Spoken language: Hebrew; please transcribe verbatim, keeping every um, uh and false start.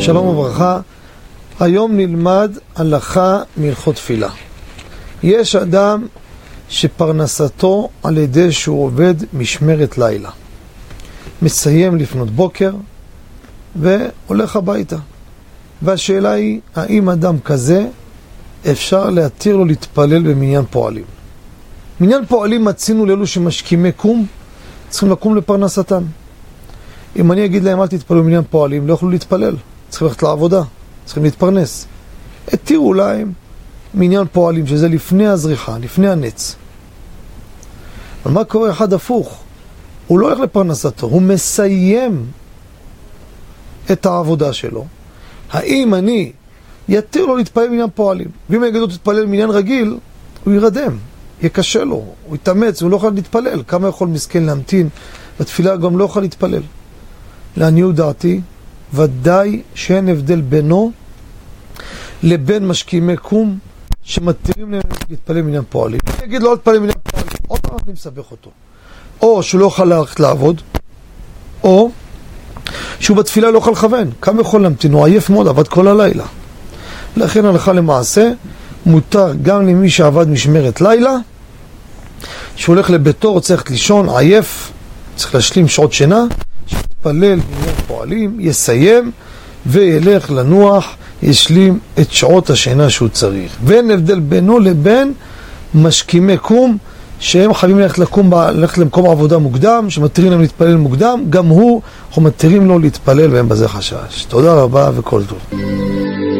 שלום וברכה. היום נלמד הלכה מהלכות תפילה. יש אדם שפרנסתו על ידי שהוא עובד משמרת לילה, מסיים לפנות בוקר והולך הביתה, והשאלה היא, האם אדם כזה אפשר להתיר לו להתפלל במניין פועלים? מניין פועלים מצינו לאלו שמשכימי קום, צריכים לקום לפרנסתם. אם אני אגיד להם אל תתפללו במניין פועלים, לא יוכלו להתפלל, צריכים ללכת לעבודה, צריכים להתפרנס. התירו להם מניין פועלים, שזה לפני הזריחה, לפני הנץ. אבל מה קורה אחד הפוך? הוא לא הולך לפרנסתו, הוא מסיים את העבודה שלו. האם אני יתיר לו להתפלל במניין פועלים? ואם יגידו תתפלל במניין רגיל, הוא ירדם, יקשה לו, הוא יתאמץ, הוא לא יכול להתפלל. כמה יכול מסכן להמתין? בתפילה גם לא יכול להתפלל. לעניות דעתי, ודאי שאין הבדל בינו לבין משכימי קום שמתירים להם להתפלל במניין פועלים. אני אגיד לו אל תתפלל במניין פועלים, עוד פעם אני מסבך אותו. או שהוא לא יכול ללכת לעבוד, או שהוא בתפילה לא יכול לכוון. כמה יכול להמתין? הוא עייף מאוד, עבד כל הלילה. לכן הלכה למעשה מותר גם למי שעבד משמרת לילה, שהוא הולך לביתו, רוצה ללכת לישון, עייף, צריך להשלים שעות שינה, שיתפלל במניין פועלים, יסיים וילך לנוח, ישלים את שעות השינה שהוא צריך. ואין הבדל בינו לבין משכימי קום, שהם חייבים ללכת, לקום, ללכת למקום עבודה מוקדם, שמתירים להם להתפלל מוקדם, גם הוא, אנחנו מתירים לו להתפלל והם בזה חשש. תודה רבה וכל טוב.